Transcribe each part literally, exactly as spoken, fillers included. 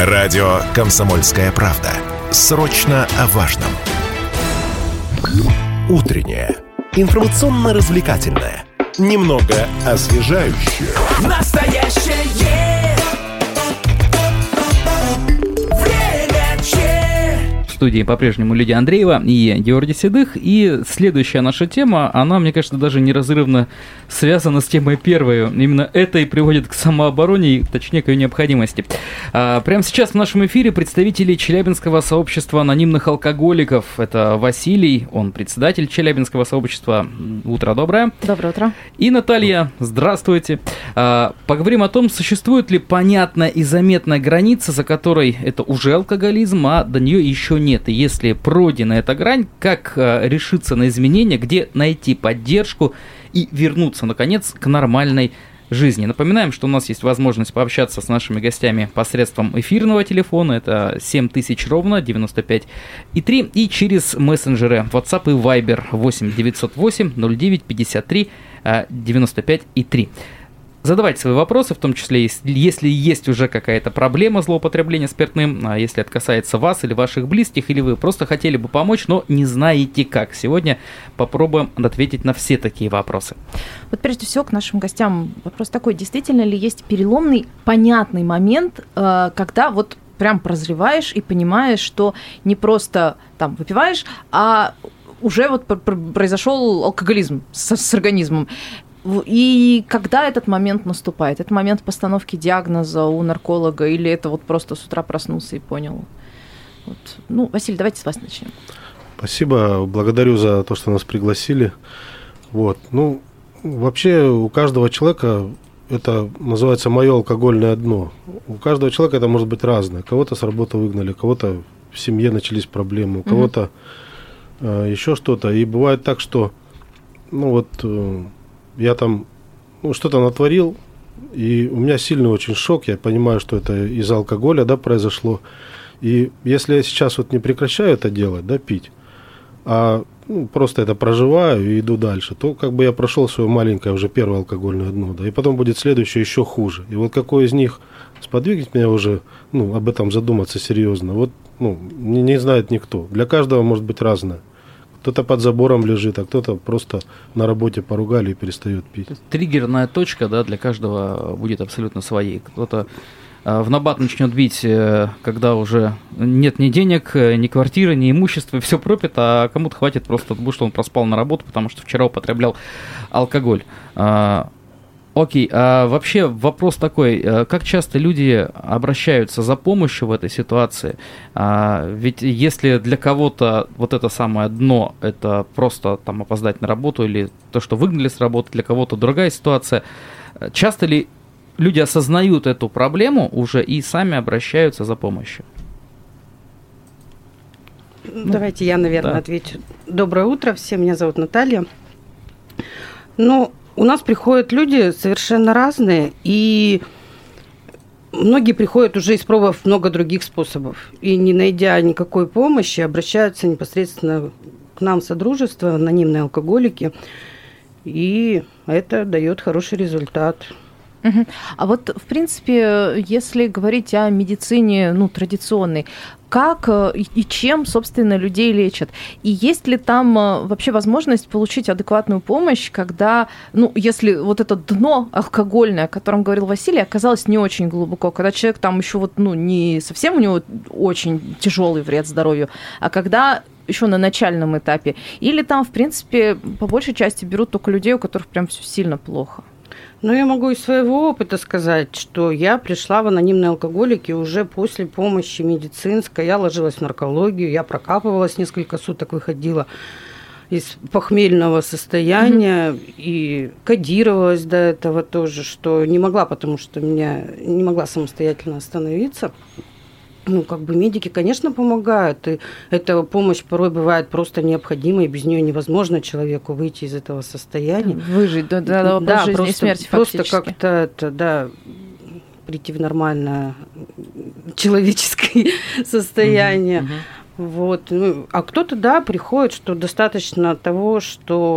Радио «Комсомольская правда». Срочно о важном. Утреннее. Информационно-развлекательное. Немного освежающее. Настоящее время че. В студии по-прежнему Лидия Андреева и Георгий Седых. И следующая наша тема, она, мне кажется, даже неразрывно связана с темой первой. Именно это и приводит к самообороне, точнее, к ее необходимости. А, прямо сейчас в нашем эфире представители Челябинского сообщества анонимных алкоголиков. Это Василий, он председатель Челябинского сообщества. Утро доброе. Доброе утро. И Наталья, здравствуйте. А, поговорим о том, существует ли понятная и заметная граница, за которой это уже алкоголизм, а до нее еще нет. И если пройдена эта грань, как а, решиться на изменения, где найти поддержку и вернуться, наконец, к нормальной жизни. Напоминаем, что у нас есть возможность пообщаться с нашими гостями посредством эфирного телефона. Это семь тысяч ровно девяносто пять и три. И через мессенджеры WhatsApp и Viber восемь девятьсот восемь ноль девять пятьдесят три девяносто пять и три. Задавайте свои вопросы, в том числе, если есть уже какая-то проблема злоупотребления спиртным, а если это касается вас или ваших близких, или вы просто хотели бы помочь, но не знаете как. Сегодня попробуем ответить на все такие вопросы. Вот прежде всего к нашим гостям вопрос такой. Действительно ли есть переломный, понятный момент, когда вот прям прозреваешь и понимаешь, что не просто там выпиваешь, а уже вот произошел алкоголизм с, с организмом? И когда этот момент наступает? Это момент постановки диагноза у нарколога или это вот просто с утра проснулся и понял? Вот. Ну, Василий, давайте с вас начнем. Спасибо, благодарю за то, что нас пригласили. Вот. Ну, вообще у каждого человека это называется мое алкогольное дно. У каждого человека это может быть разное. Кого-то с работы выгнали, кого-то в семье начались проблемы, у кого-то угу. э, еще что-то. И бывает так, что ну вот... Э, я там ну, что-то натворил, и у меня сильный очень шок. Я понимаю, что это из-за алкоголя, да, произошло. И если я сейчас вот не прекращаю это делать, да, пить, а ну, просто это проживаю и иду дальше, то как бы я прошел свое маленькое уже первое алкогольное дно, да, и потом будет следующее еще хуже. И вот какой из них сподвигнет меня уже, ну, об этом задуматься серьезно, вот, ну, не, не знает никто. Для каждого может быть разное. Кто-то под забором лежит, а кто-то просто на работе поругали и перестает пить. Триггерная точка, да, для каждого будет абсолютно своей. Кто-то э, в набат начнет бить, э, когда уже нет ни денег, э, ни квартиры, ни имущества, все пропито, а кому-то хватит просто потому, что он проспал на работу, потому что вчера употреблял алкоголь. Э, Окей, а вообще вопрос такой, как часто люди обращаются за помощью в этой ситуации? А, ведь если для кого-то вот это самое дно, это просто там опоздать на работу или то, что выгнали с работы, для кого-то другая ситуация, часто ли люди осознают эту проблему уже и сами обращаются за помощью? Давайте я, наверное, да. отвечу. Доброе утро всем, меня зовут Наталья. Ну, у нас приходят люди совершенно разные, и многие приходят уже испробовав много других способов. И не найдя никакой помощи, обращаются непосредственно к нам в Содружество, анонимные алкоголики, и это дает хороший результат. Угу. А вот, в принципе, если говорить о медицине, ну, традиционной, как и чем, собственно, людей лечат? И есть ли там вообще возможность получить адекватную помощь, когда, ну, если вот это дно алкогольное, о котором говорил Василий, оказалось не очень глубоко, когда человек там еще вот, ну, не совсем у него очень тяжелый вред здоровью, а когда еще на начальном этапе, или там, в принципе, по большей части берут только людей, у которых прям все сильно плохо? Ну, я могу из своего опыта сказать, что я пришла в анонимные алкоголики уже после помощи медицинской. Я ложилась в наркологию, я прокапывалась несколько суток, выходила из похмельного состояния mm-hmm. и кодировалась до этого тоже, что не могла, потому что меня не могла самостоятельно остановиться. Ну, как бы медики, конечно, помогают, и эта помощь порой бывает просто необходима, и без нее невозможно человеку выйти из этого состояния. Выжить до, до, до да, жизни просто, и смерти просто фактически. как-то это, да, прийти в нормальное человеческое состояние. Mm-hmm. Вот. Ну, а кто-то, да, приходит, что достаточно того, что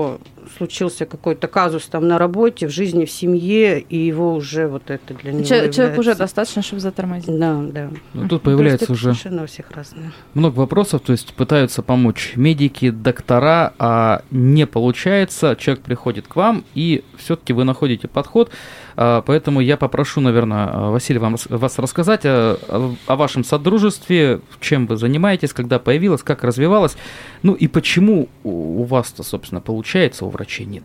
случился какой-то казус там на работе, в жизни, в семье, и его уже вот это для него Человек является... уже достаточно, чтобы затормозить. Да, да. Ну, тут появляется то есть это уже совершенно у всех разное. много вопросов, то есть пытаются помочь медики, доктора, а не получается, человек приходит к вам, и все-таки вы находите подход, поэтому я попрошу, наверное, Василий, вам, вас рассказать о, о вашем содружестве, чем вы занимаетесь, когда появилось, как развивалось, ну и почему у вас-то, собственно, получается, у врачей нет.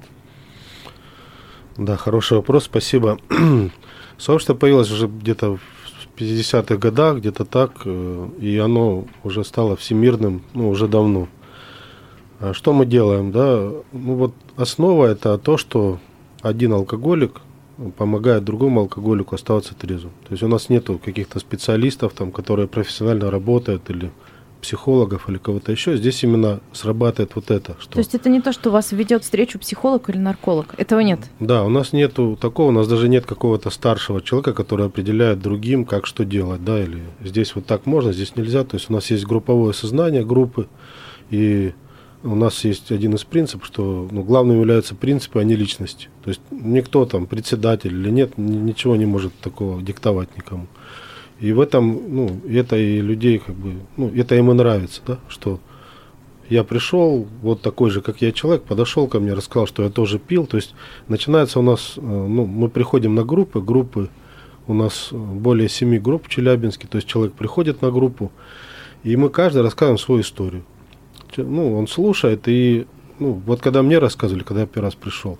Да, хороший вопрос, спасибо. Сообщество появилось уже где-то в пятидесятых годах, где-то так, и оно уже стало всемирным, ну, уже давно. А что мы делаем, да? Ну, вот основа – это то, что один алкоголик помогает другому алкоголику оставаться трезвым. То есть у нас нету каких-то специалистов, там, которые профессионально работают, или психологов, или кого-то еще. Здесь именно срабатывает вот это. Что... То есть это не то, что вас ведет встречу психолог или нарколог? Этого нет? Да, у нас нету такого, у нас даже нет какого-то старшего человека, который определяет другим, как что делать, да, или здесь вот так можно, здесь нельзя. То есть у нас есть групповое сознание, группы, и у нас есть один из принципов, что, ну, главным являются принципы, а не личности. То есть никто там, председатель или нет, ничего не может такого диктовать никому. И в этом, ну, это и людей, как бы, ну, это им и нравится, да, что я пришел, вот такой же, как я, человек, подошел ко мне, рассказал, что я тоже пил. То есть начинается у нас, ну, мы приходим на группы, группы, у нас более семи групп в Челябинске, то есть человек приходит на группу, и мы каждый рассказываем свою историю. Ну, он слушает, и, ну, вот когда мне рассказывали, когда я первый раз пришел,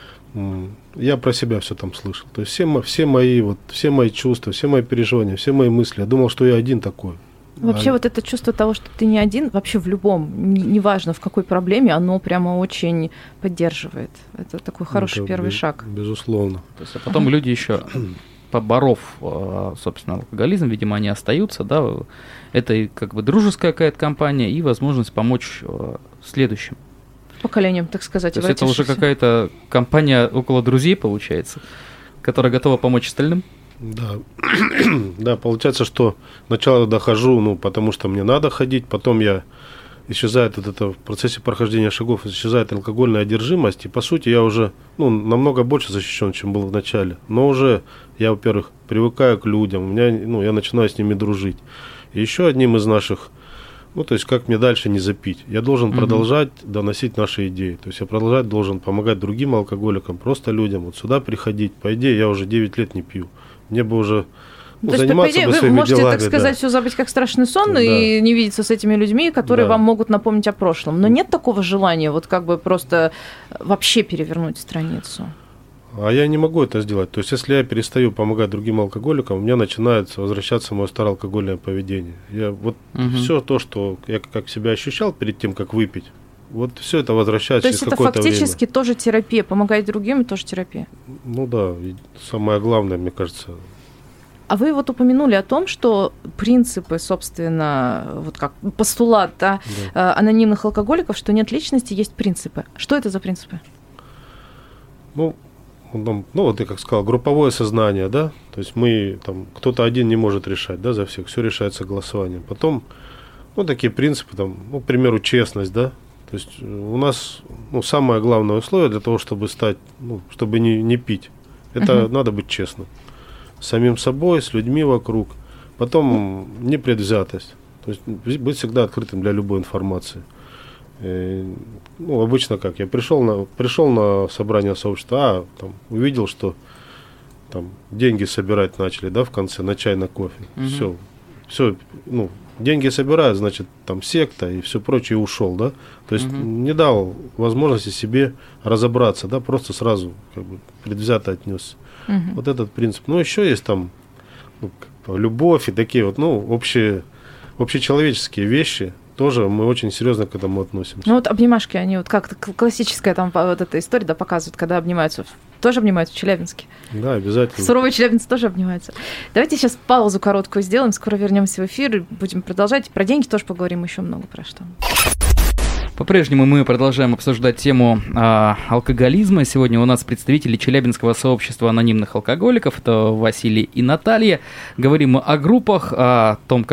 я про себя все там слышал. То есть все, все мои, вот, все мои чувства, все мои переживания, все мои мысли. Я думал, что я один такой. Вообще а... вот это чувство того, что ты не один, вообще в любом, неважно в какой проблеме, оно прямо очень поддерживает. Это такой хороший это первый без, шаг. Безусловно. То есть, а потом ага. люди еще, поборов, собственно, алкоголизм, видимо, они остаются, да, это и как бы дружеская какая-то компания и возможность помочь следующим поколениям, так сказать. То есть это уже какая-то компания около друзей, получается, которая готова помочь остальным? Да, да, получается, что сначала дохожу, ну, потому что мне надо ходить, потом я исчезает вот это в процессе прохождения шагов, исчезает алкогольная одержимость, и по сути я уже, ну, намного больше защищен, чем был в начале. Но уже я, во-первых, привыкаю к людям, у меня, ну, я начинаю с ними дружить. И еще одним из наших, ну, то есть как мне дальше не запить? Я должен mm-hmm. продолжать доносить наши идеи. То есть я продолжать должен помогать другим алкоголикам, просто людям. Вот сюда приходить. По идее, я уже девять лет не пью. Мне бы уже ну, то заниматься есть, бы вы своими можете, делами. так сказать, да. все забыть как страшный сон да. и не видеться с этими людьми, которые да. вам могут напомнить о прошлом. Но нет такого желания вот как бы просто вообще перевернуть страницу? А я не могу это сделать. То есть, если я перестаю помогать другим алкоголикам, у меня начинает возвращаться мое старое алкогольное поведение. Я вот угу. все то, что я как себя ощущал перед тем, как выпить, вот все это возвращается через какое-то время. То есть это фактически тоже терапия, помогать другим, тоже терапия? Ну да, и самое главное, мне кажется. А вы вот упомянули о том, что принципы, собственно, вот как постулат да, да. анонимных алкоголиков, что нет личности, есть принципы. Что это за принципы? Ну, ну вот я как сказал, групповое сознание, да, то есть мы там, кто-то один не может решать, да, за всех, все решается голосованием. Потом, ну, такие принципы, там, ну, к примеру, честность, да, то есть у нас, ну, самое главное условие для того, чтобы стать, ну, чтобы не, не пить, это uh-huh. надо быть честным. С самим собой, с людьми вокруг. Потом непредвзятость. То есть быть всегда открытым для любой информации. И, ну, обычно как? Я пришел на, пришел на собрание сообщества, а там, увидел, что там деньги собирать начали, да, в конце, на чай, на кофе. Угу. Все. Все, ну, деньги собирают, значит, там секта и все прочее, и ушел, да. То есть угу. не дал возможности себе разобраться, да, просто сразу как бы предвзято отнесся. Uh-huh. Вот этот принцип. Ну, еще есть там ну, любовь и такие вот, ну, общие, общечеловеческие вещи. Тоже мы очень серьезно к этому относимся. Ну, вот обнимашки, они вот как-то классическая там вот эта история, да, показывают, когда обнимаются. Тоже обнимаются в Челябинске? Да, обязательно. Суровые челябинцы тоже обнимаются. Давайте сейчас паузу короткую сделаем, скоро вернемся в эфир и будем продолжать. Про деньги тоже поговорим еще много про что. По-прежнему мы продолжаем обсуждать тему а, алкоголизма. Сегодня у нас представители Челябинского сообщества анонимных алкоголиков. Это Василий и Наталья. Говорим о группах, о том, как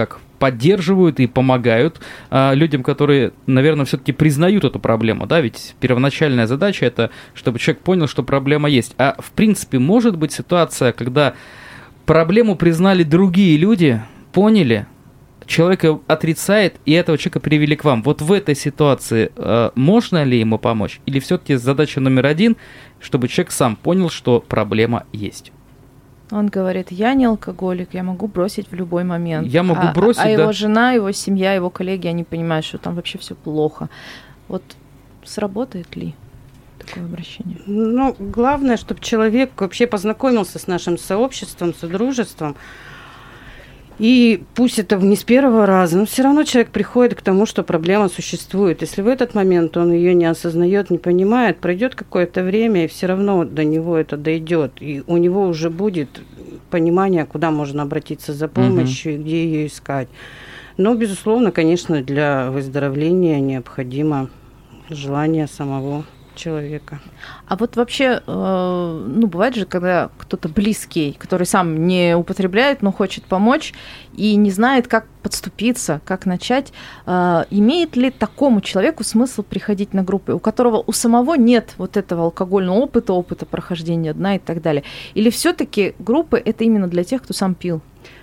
поддерживают и помогают а, людям, которые, наверное, все-таки признают эту проблему, да, ведь первоначальная задача это, чтобы человек понял, что проблема есть. А в принципе может быть ситуация, когда проблему признали другие люди, поняли, человек отрицает, и этого человека привели к вам. Вот в этой ситуации э, можно ли ему помочь? Или все-таки задача номер один, чтобы человек сам понял, что проблема есть? Он говорит, я не алкоголик, я могу бросить в любой момент. Я могу а, бросить, а, а да. его жена, его семья, его коллеги, они понимают, что там вообще все плохо. Вот сработает ли такое обращение? Ну, главное, чтобы человек вообще познакомился с нашим сообществом, содружеством. И пусть это не с первого раза, но все равно человек приходит к тому, что проблема существует. Если в этот момент он ее не осознает, не понимает, пройдет какое-то время, и все равно до него это дойдет. И у него уже будет понимание, куда можно обратиться за помощью mm-hmm. и где ее искать. Но, безусловно, конечно, для выздоровления необходимо желание самого человека. А вот вообще, э, ну, бывает же, когда кто-то близкий, который сам не употребляет, но хочет помочь и не знает, как подступиться, как начать, э, имеет ли такому человеку смысл приходить на группы, у которого у самого нет вот этого алкогольного опыта, опыта прохождения дна и так далее? Или все-таки группы это именно для тех, кто сам пил?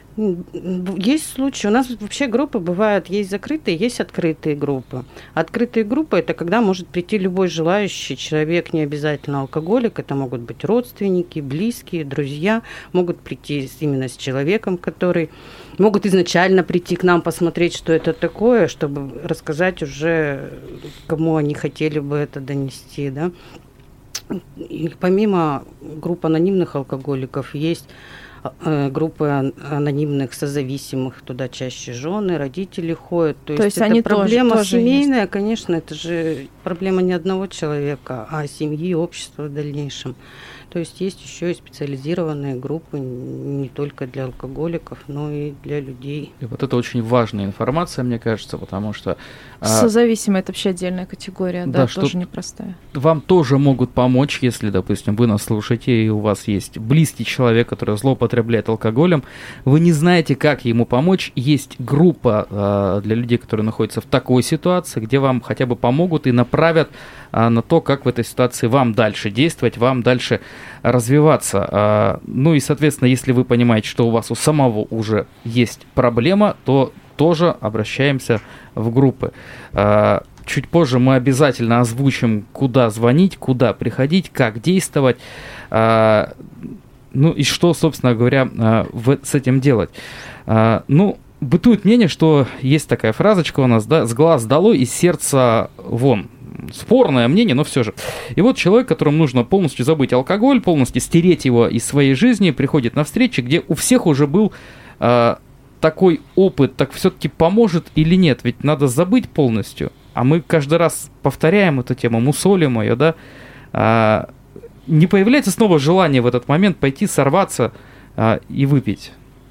Есть случаи. У нас вообще группы бывают, есть закрытые, есть открытые группы. Открытые группы – это когда может прийти любой желающий человек, не обязательно алкоголик, это могут быть родственники, близкие, друзья, могут прийти именно с человеком, который… Могут изначально прийти к нам, посмотреть, что это такое, чтобы рассказать уже, кому они хотели бы это донести, да. И помимо групп анонимных алкоголиков есть группы анонимных созависимых, туда чаще жены, родители ходят. То, То есть, есть это они проблема тоже, тоже семейная, есть. Конечно, это же проблема не одного человека, а семьи, общества в дальнейшем. То есть есть еще и специализированные группы не только для алкоголиков, но и для людей. И вот это очень важная информация, мне кажется, потому что… Созависимые – это вообще отдельная категория, да, да тоже непростая. Вам тоже могут помочь, если, допустим, вы нас слушаете, и у вас есть близкий человек, который злоупотребляет алкоголем, вы не знаете, как ему помочь. Есть группа э, для людей, которые находятся в такой ситуации, где вам хотя бы помогут и направят э, на то, как в этой ситуации вам дальше действовать, вам дальше развиваться. Э, ну и, соответственно, если вы понимаете, что у вас у самого уже есть проблема, то тоже обращаемся в группы. Чуть позже мы обязательно озвучим, куда звонить, куда приходить, как действовать, ну и что, собственно говоря, с этим делать. Ну, бытует мнение, что есть такая фразочка у нас, да, «с глаз долой, из сердца вон». Спорное мнение, но все же. И вот человек, которому нужно полностью забыть алкоголь, полностью стереть его из своей жизни, приходит на встречи, где у всех уже был такой опыт, так все-таки поможет или нет? Ведь надо забыть полностью. А мы каждый раз повторяем эту тему, мусолим ее, да? А, не появляется снова желание в этот момент пойти, сорваться а, и выпить?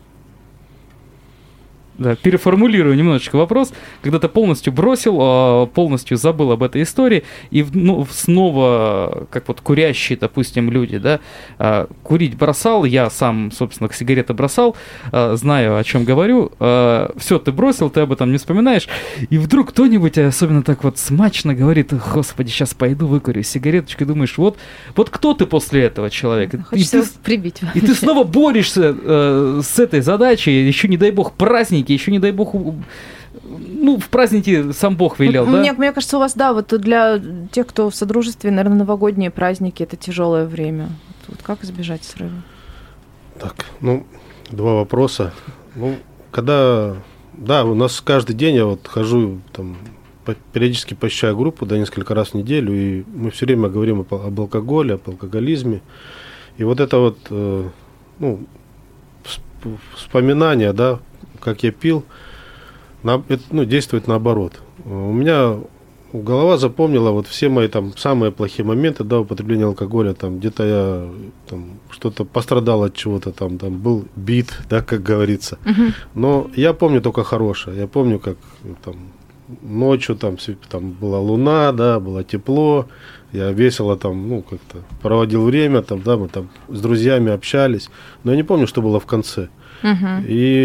Да, переформулирую немножечко вопрос. Когда ты полностью бросил, полностью забыл об этой истории, и ну, снова, как вот курящие, допустим, люди, да, курить бросал, я сам, собственно, сигареты бросал, знаю, о чем говорю, все, ты бросил, ты об этом не вспоминаешь, и вдруг кто-нибудь, особенно так вот смачно говорит: господи, сейчас пойду выкурю сигареточку, и думаешь, вот, вот кто ты после этого человек? Хочется и ты, прибить. И ты снова борешься э, с этой задачей, еще, не дай бог, праздники, еще, не дай бог, ну, в праздники сам Бог велел, вот, да? Мне, мне кажется, у вас, да, вот для тех, кто в содружестве, наверное, новогодние праздники – это тяжелое время. Вот, вот как избежать срыва? Так, ну, два вопроса. Ну, когда, да, у нас каждый день я вот хожу, там, периодически посещаю группу, да, несколько раз в неделю, и мы все время говорим об алкоголе, об алкоголизме. И вот это вот, э, ну, вспоминание, да, как я пил, на, это, ну, действует наоборот. У меня голова запомнила вот все мои там самые плохие моменты, да, употребления алкоголя, там где-то я там что-то пострадал от чего-то, там, там был бит, да, как говорится. Uh-huh. Но я помню только хорошее. Я помню, как там ночью там, там была луна, да, было тепло, я весело там, ну, как-то проводил время, там, да, мы там с друзьями общались, но я не помню, что было в конце. Uh-huh. И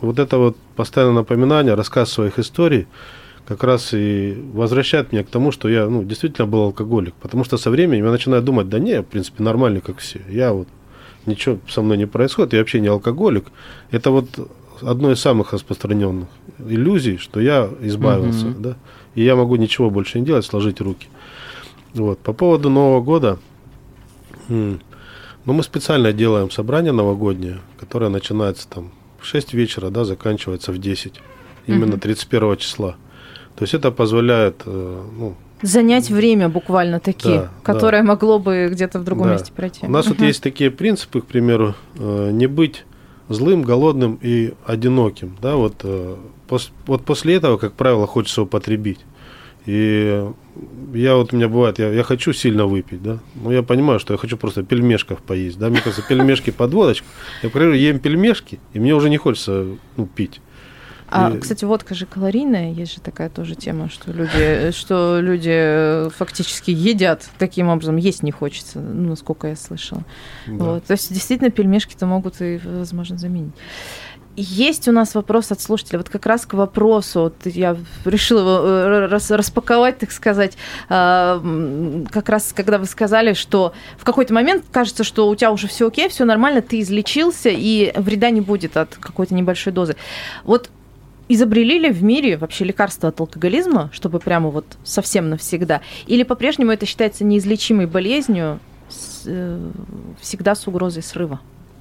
вот это вот постоянное напоминание, рассказ своих историй как раз и возвращает меня к тому, что я, ну, действительно был алкоголик. Потому что со временем я начинаю думать, да не, я, в принципе, нормальный, как все. Я вот, ничего со мной не происходит, я вообще не алкоголик. Это вот одно из самых распространенных иллюзий, что я избавился, mm-hmm. да, и я могу ничего больше не делать, сложить руки. Вот. По поводу Нового года, ну, мы специально делаем собрание новогоднее, которое начинается там в шесть вечера, да, заканчивается в десять, именно тридцать первого числа. То есть это позволяет, ну, занять время буквально такие, да, которое да. могло бы где-то в другом да. месте пройти. У нас uh-huh. вот есть такие принципы, к примеру, не быть злым, голодным и одиноким. Да, вот, пос, вот после этого, как правило, хочется употребить. И я вот у меня бывает, я, я хочу сильно выпить, да, но я понимаю, что я хочу просто пельмешков поесть, да, мне кажется, пельмешки под водочку. Я, к примеру, ем пельмешки, и мне уже не хочется, ну, пить. А, и... кстати, водка же калорийная, есть же такая тоже тема, что люди, что люди фактически едят таким образом, есть не хочется, ну, насколько я слышала. Да. Вот. То есть, действительно, пельмешки-то могут и, возможно, заменить. Есть у нас вопрос от слушателя, вот как раз к вопросу, вот я решила его рас, распаковать, так сказать, как раз когда вы сказали, что в какой-то момент кажется, что у тебя уже все окей, все нормально, ты излечился, и вреда не будет от какой-то небольшой дозы. Вот изобрели ли в мире вообще лекарства от алкоголизма, чтобы прямо вот совсем навсегда? Или по-прежнему это считается неизлечимой болезнью, всегда с угрозой срыва?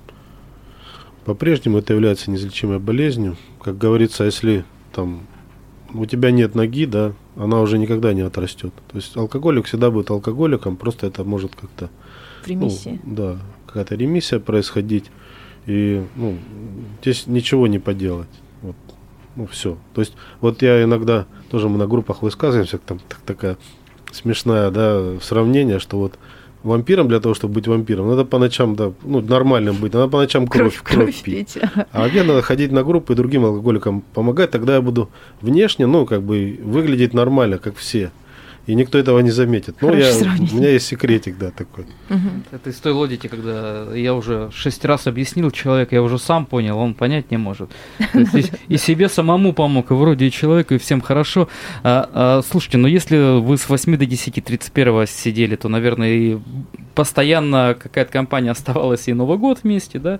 По-прежнему это является неизлечимой болезнью. Как говорится, если там у тебя нет ноги, да, она уже никогда не отрастет. То есть алкоголик всегда будет алкоголиком, просто это может как-то... В ремиссии. Ну, да, какая-то ремиссия происходить, и ну, здесь ничего не поделать. Вот. Ну, все. То есть вот я иногда, тоже мы на группах высказываемся, там так, такая смешная, да, сравнение, что вот вампиром для того, чтобы быть вампиром, надо по ночам, да, ну, нормальным быть, надо по ночам кровь, кровь, кровь пить. пить. А мне надо ходить на группы и другим алкоголикам помогать, тогда я буду внешне, ну, как бы, выглядеть нормально, как все. И никто этого не заметит. Ну, я, у меня есть секретик, да, такой. Угу. Это из той логики, когда я уже шесть раз объяснил человеку, я уже сам понял, он понять не может. И себе самому помог, и вроде и человеку, и всем хорошо. Слушайте, ну если вы с восьми до десяти тридцать первого сидели, то, наверное, и постоянно какая-то компания оставалась, и Новый год вместе, да,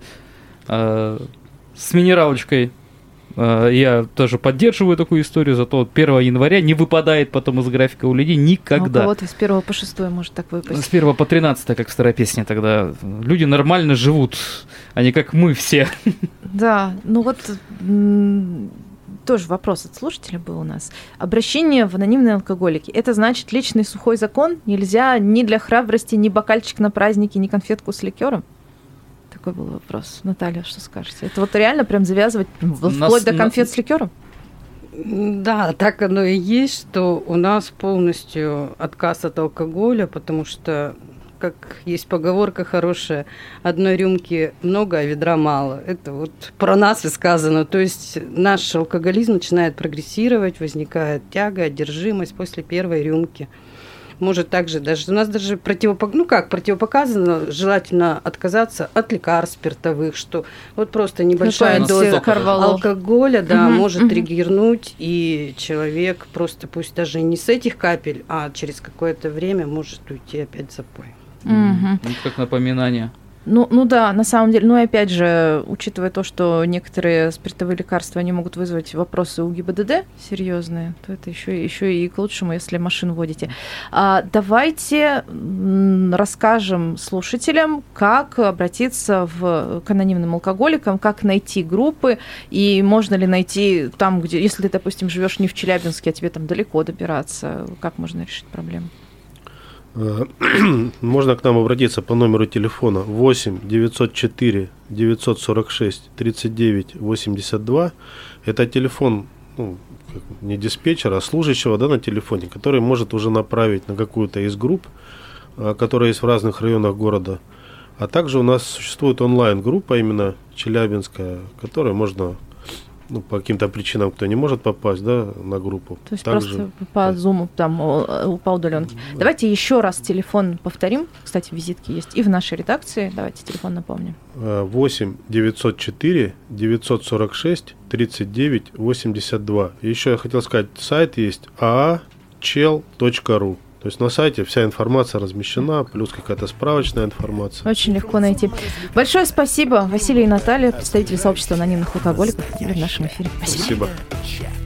с минералочкой. Я тоже поддерживаю такую историю, зато первого января не выпадает потом из графика у людей никогда. А у кого-то с первого по шестое может так выпасть. С первого по тринадцатое, как в старой песне тогда. Люди нормально живут, а не как мы все. Да, ну вот тоже вопрос от слушателя был у нас. Обращение в анонимные алкоголики. Это значит личный сухой закон? Нельзя ни для храбрости, ни бокальчик на празднике, ни конфетку с ликером? Такой был вопрос. Наталья, что скажете? Это вот реально прям завязывать вплоть нас, до конфет на... с ликером? Да, так оно и есть, что у нас полностью отказ от алкоголя, потому что, как есть поговорка хорошая, одной рюмки много, а ведра мало. Это вот про нас и сказано. То есть наш алкоголизм начинает прогрессировать, возникает тяга, одержимость после первой рюмки. Может также даже, у нас даже противопок... ну как, противопоказано желательно отказаться от лекарств спиртовых, что вот просто небольшая ну, доза алкоголя, да, угу, может угу. триггернуть, и человек просто, пусть даже не с этих капель, а через какое-то время может уйти опять в запой. Угу. Ну, как напоминание. Ну, ну да, на самом деле, ну и опять же, учитывая то, что некоторые спиртовые лекарства, они могут вызвать вопросы у ГИБДД серьезные, то это еще, еще и к лучшему, если машину водите. А, давайте расскажем слушателям, как обратиться в, к анонимным алкоголикам, как найти группы, и можно ли найти там, где, если ты, допустим, живешь не в Челябинске, а тебе там далеко добираться, как можно решить проблему? Можно к нам обратиться по номеру телефона восемь девятьсот четыре девятьсот сорок шесть тридцать девять восемьдесят два. Это телефон, ну, не диспетчера, а служащего, да, на телефоне, который может уже направить на какую-то из групп, которые есть в разных районах города. А также у нас существует онлайн-группа именно челябинская, в которой можно ну, по каким-то причинам кто не может попасть, да, на группу. То есть также... просто по Zoom, там, по удаленке. Да. Давайте еще раз телефон повторим. Кстати, визитки есть и в нашей редакции. Давайте телефон напомним. восемь девятьсот четыре девятьсот сорок шесть тридцать девять восемьдесят два. Еще я хотел сказать, сайт есть а а чел точка ру. То есть на сайте вся информация размещена, плюс какая-то справочная информация. Очень легко найти. Большое спасибо, Василий и Наталья, представители сообщества анонимных алкоголиков, в нашем эфире. Спасибо. Спасибо.